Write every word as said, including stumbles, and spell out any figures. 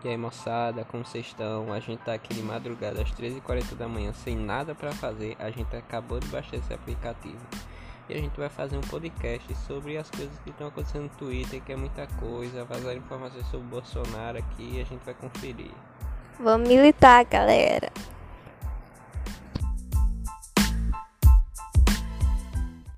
E aí, moçada, como vocês estão? A gente tá aqui de madrugada às treze e quarenta da manhã sem nada pra fazer. A gente acabou de baixar esse aplicativo e a gente vai fazer um podcast sobre as coisas que estão acontecendo no Twitter, que é muita coisa. Vazar informações sobre o Bolsonaro aqui e a gente vai conferir. Vamos militar, galera.